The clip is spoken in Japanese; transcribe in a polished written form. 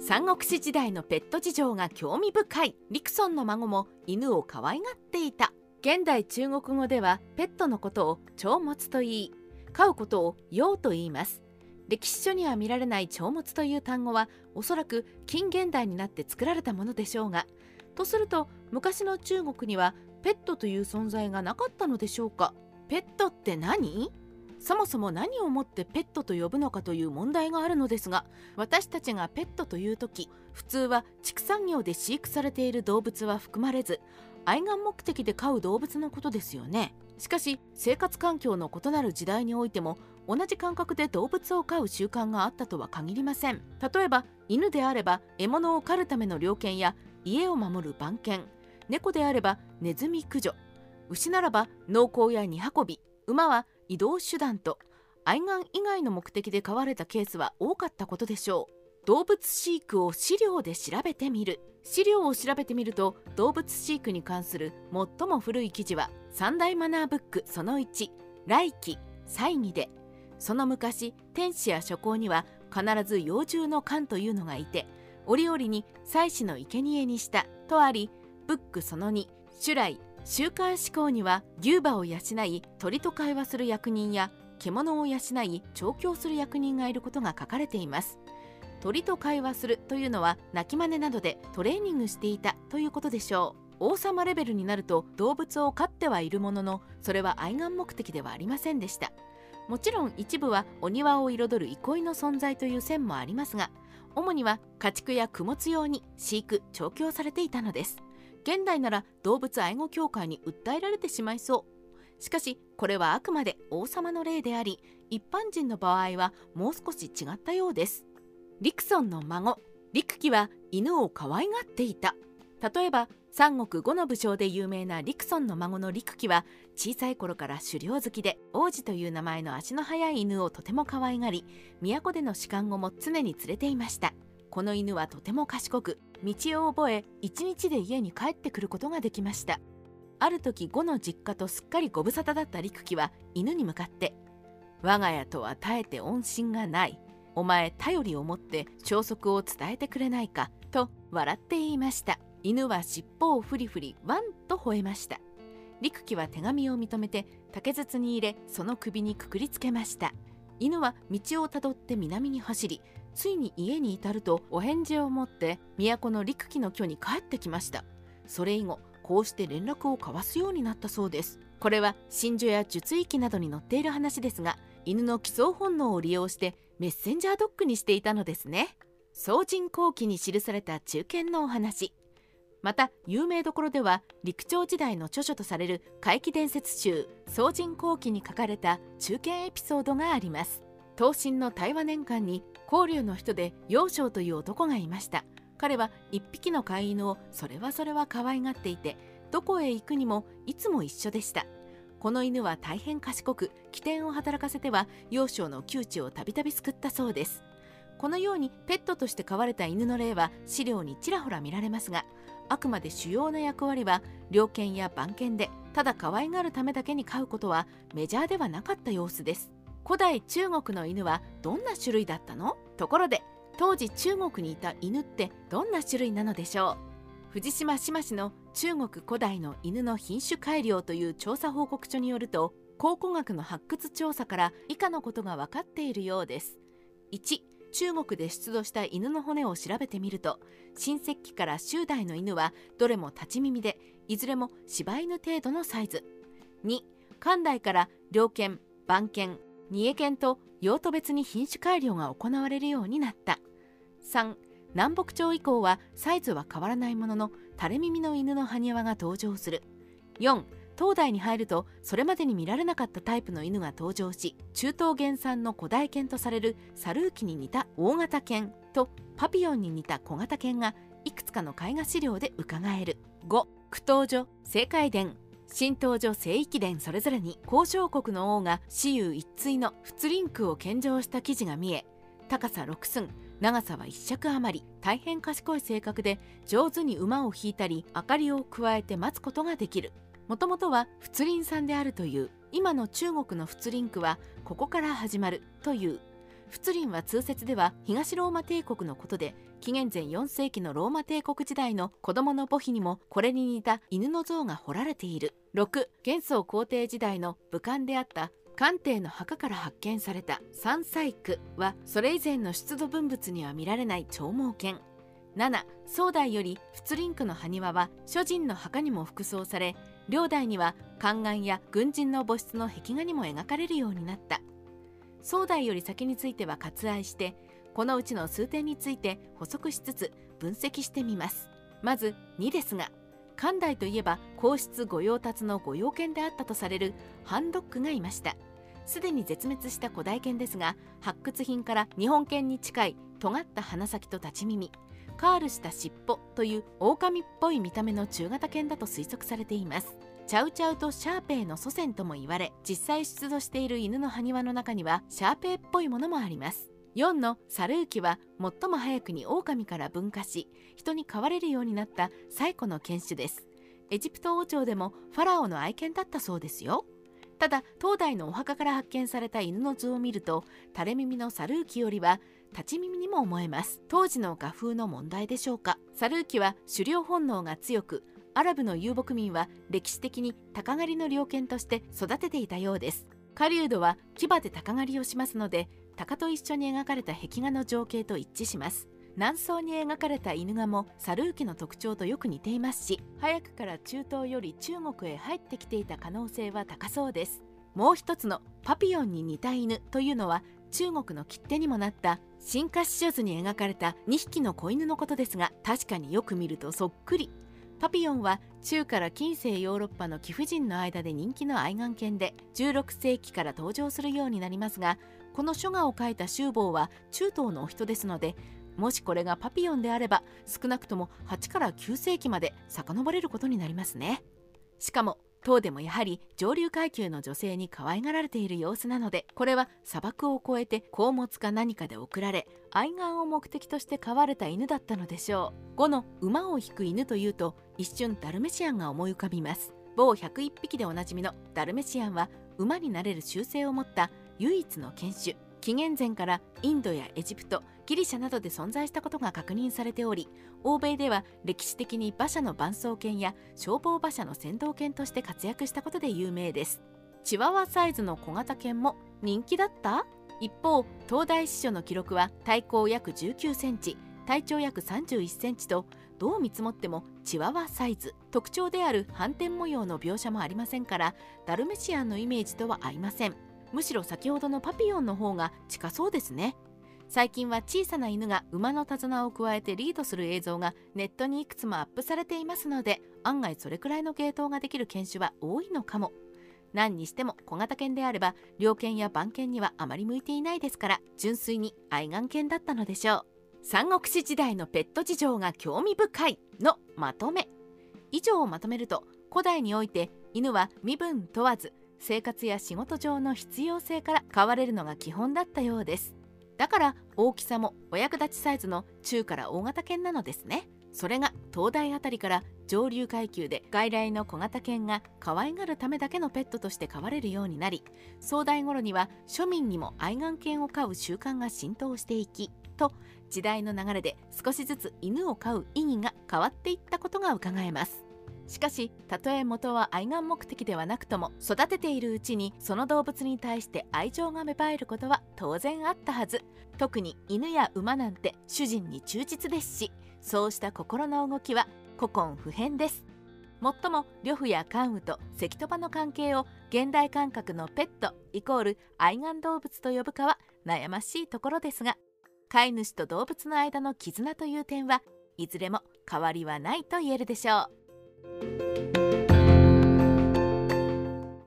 三国志時代のペット事情が興味深い。陸遜の孫も犬を可愛がっていた。現代中国語ではペットのことを寵物と言い、飼うことを養と言います。歴史書には見られない寵物という単語はおそらく近現代になって作られたものでしょうが、とすると昔の中国にはペットという存在がなかったのでしょうか。ペットって何？そもそも何をもってペットと呼ぶのかという問題があるのですが、私たちがペットというとき、普通は畜産業で飼育されている動物は含まれず、愛玩目的で飼う動物のことですよね。しかし生活環境の異なる時代においても同じ感覚で動物を飼う習慣があったとは限りません。例えば犬であれば獲物を狩るための猟犬や家を守る番犬、猫であればネズミ駆除、牛ならば農耕や荷運び、馬は移動手段と愛玩以外の目的で飼われたケースは多かったことでしょう。動物飼育を資料で調べてみる。資料を調べてみると、動物飼育に関する最も古い記事は三大マナーブックその1、来記、祭儀で、その昔天使や諸侯には必ず幼獣の官というのがいて、折々に祭祀の生贄にしたとあり、ブックその2、種来、週刊志向には牛馬を養い鳥と会話する役人や獣を養い調教する役人がいることが書かれています。鳥と会話するというのは鳴き真似などでトレーニングしていたということでしょう。王様レベルになると動物を飼ってはいるものの、それは愛玩目的ではありませんでした。もちろん一部はお庭を彩る憩いの存在という線もありますが、主には家畜や供物用に飼育・調教されていたのです。現代なら動物愛護協会に訴えられてしまいそう。しかしこれはあくまで王様の例であり、一般人の場合はもう少し違ったようです。陸遜の孫陸貴は犬を可愛がっていた。例えば三国五の武将で有名な陸遜の孫の陸貴は小さい頃から狩猟好きで、王子という名前の足の速い犬をとても可愛がり、都での仕官後も常に連れていました。この犬はとても賢く、道を覚え1日で家に帰ってくることができました。ある時呉の実家とすっかりご無沙汰だった陸貴は犬に向かって、我が家とは絶えて音信がない、お前頼りを持って消息を伝えてくれないかと笑って言いました。犬は尻尾をフリフリワンと吠えました。陸貴は手紙を認めて竹筒に入れ、その首にくくりつけました。犬は道をたどって南に走り、ついに家に至るとお返事を持って都の陸貴の居に帰ってきました。それ以後こうして連絡を交わすようになったそうです。これは真珠や術域などに載っている話ですが、犬の帰巣本能を利用してメッセンジャードッグにしていたのですね。宋人後期に記された忠犬のお話。また有名どころでは陸長時代の著書とされる怪奇伝説集宋人後期に書かれた忠犬エピソードがあります。東晋の大和年間に黄龍の人で楊尚という男がいました。彼は一匹の飼い犬をそれは可愛がっていて、どこへ行くにもいつも一緒でした。この犬は大変賢く、機転を働かせては楊尚の窮地をたびたび救ったそうです。このようにペットとして飼われた犬の例は資料にちらほら見られますが、あくまで主要な役割は猟犬や番犬で、ただ可愛がるためだけに飼うことはメジャーではなかった様子です。古代中国の犬はどんな種類だったの？ところで当時中国にいた犬ってどんな種類なのでしょう？藤島志摩氏の中国古代の犬の品種改良という調査報告書によると、考古学の発掘調査から以下のことが分かっているようです。1、中国で出土した犬の骨を調べてみると、新石器から周代の犬はどれも立ち耳で、いずれも柴犬程度のサイズ。2、漢代から猟犬、番犬、二重犬と用途別に品種改良が行われるようになった。3、南北朝以降はサイズは変わらないものの垂れ耳の犬の埴輪が登場する。4、東大に入るとそれまでに見られなかったタイプの犬が登場し、中東原産の古代犬とされるサルーキに似た大型犬とパピヨンに似た小型犬がいくつかの絵画資料で伺える。5、苦闘所、青海伝、新東所、聖域伝それぞれに交渉国の王が雌雄一対の仏輪句を献上した記事が見え、高さ6寸、長さは1尺余り、大変賢い性格で上手に馬を引いたり明かりを加えて待つことができる。もともとは仏輪さんであるという。今の中国の仏輪句はここから始まるという。 仏輪は通説では東ローマ帝国のことで、紀元前4世紀のローマ帝国時代の子供の墓碑にもこれに似た犬の像が彫られている。6、元宋皇帝時代の武官であった漢帝の墓から発見された三細工はそれ以前の出土文物には見られない長毛犬。7、宋代より仏輪区の埴輪は諸人の墓にも副葬され、両代には宦官や軍人の墓室の壁画にも描かれるようになった。宋代より先については割愛して、このうちの数点について補足しつつ分析してみます。まず2ですが、漢代といえば皇室御用達の御用犬であったとされるハンドッグがいました。すでに絶滅した古代犬ですが、発掘品から日本犬に近い尖った鼻先と立ち耳、カールした尻尾という狼っぽい見た目の中型犬だと推測されています。チャウチャウとシャーペイの祖先とも言われ、実際出土している犬の埴輪の中にはシャーペイっぽいものもあります。4のサルーキは最も早くに狼から分化し、人に飼われるようになった最古の犬種です。エジプト王朝でもファラオの愛犬だったそうですよ。ただ東大のお墓から発見された犬の図を見ると、垂れ耳のサルーキよりは立ち耳にも思えます。当時の画風の問題でしょうか。サルーキは狩猟本能が強く、アラブの遊牧民は歴史的に鷹狩りの猟犬として育てていたようです。狩人は牙で鷹狩りをしますので、鷹と一緒に描かれた壁画の情景と一致します。南宋に描かれた犬画もサルーキの特徴とよく似ていますし、早くから中東より中国へ入ってきていた可能性は高そうです。もう一つのパピヨンに似た犬というのは、中国の切手にもなった新華子書図に描かれた2匹の子犬のことですが、確かによく見るとそっくり。パピヨンは中から近世ヨーロッパの貴婦人の間で人気の愛玩犬で、16世紀から登場するようになりますが、この書画を描いた周防は中東のお人ですので、もしこれがパピヨンであれば少なくとも8から9世紀まで遡れることになりますね。しかも唐でもやはり上流階級の女性に可愛がられている様子なので、これは砂漠を越えて宝物か何かで送られ、愛玩を目的として飼われた犬だったのでしょう。5の馬を引く犬というと一瞬ダルメシアンが思い浮かびます。某101匹でおなじみのダルメシアンは馬になれる習性を持った唯一の犬種。紀元前からインドやエジプト、ギリシャなどで存在したことが確認されており、欧米では歴史的に馬車の伴走犬や消防馬車の先導犬として活躍したことで有名です。チワワサイズの小型犬も人気だった。一方、東大司書の記録は体高約19センチ、体長約31センチと、どう見積もってもチワワサイズ。特徴である斑点模様の描写もありませんから、ダルメシアンのイメージとは合いません。むしろ先ほどのパピヨンの方が近そうですね。最近は小さな犬が馬の手綱を加えてリードする映像がネットにいくつもアップされていますので、案外それくらいの芸当ができる犬種は多いのかも。何にしても小型犬であれば猟犬や番犬にはあまり向いていないですから、純粋に愛玩犬だったのでしょう。三国志時代のペット事情が興味深いのまとめ。以上をまとめると、古代において犬は身分問わず生活や仕事上の必要性から飼われるのが基本だったようです。だから大きさもお役立ちサイズの中から大型犬なのですね。それが東大あたりから上流階級で外来の小型犬が可愛がるためだけのペットとして飼われるようになり、宋代頃には庶民にも愛玩犬を飼う習慣が浸透していき、と時代の流れで少しずつ犬を飼う意義が変わっていったことが伺えます。しかし、たとえ元は愛玩目的ではなくとも、育てているうちにその動物に対して愛情が芽生えることは当然あったはず。特に犬や馬なんて主人に忠実ですし、そうした心の動きは古今不変です。もっとも呂布や関羽と関戸場の関係を現代感覚のペットイコール愛玩動物と呼ぶかは悩ましいところですが、飼い主と動物の間の絆という点はいずれも変わりはないと言えるでしょう。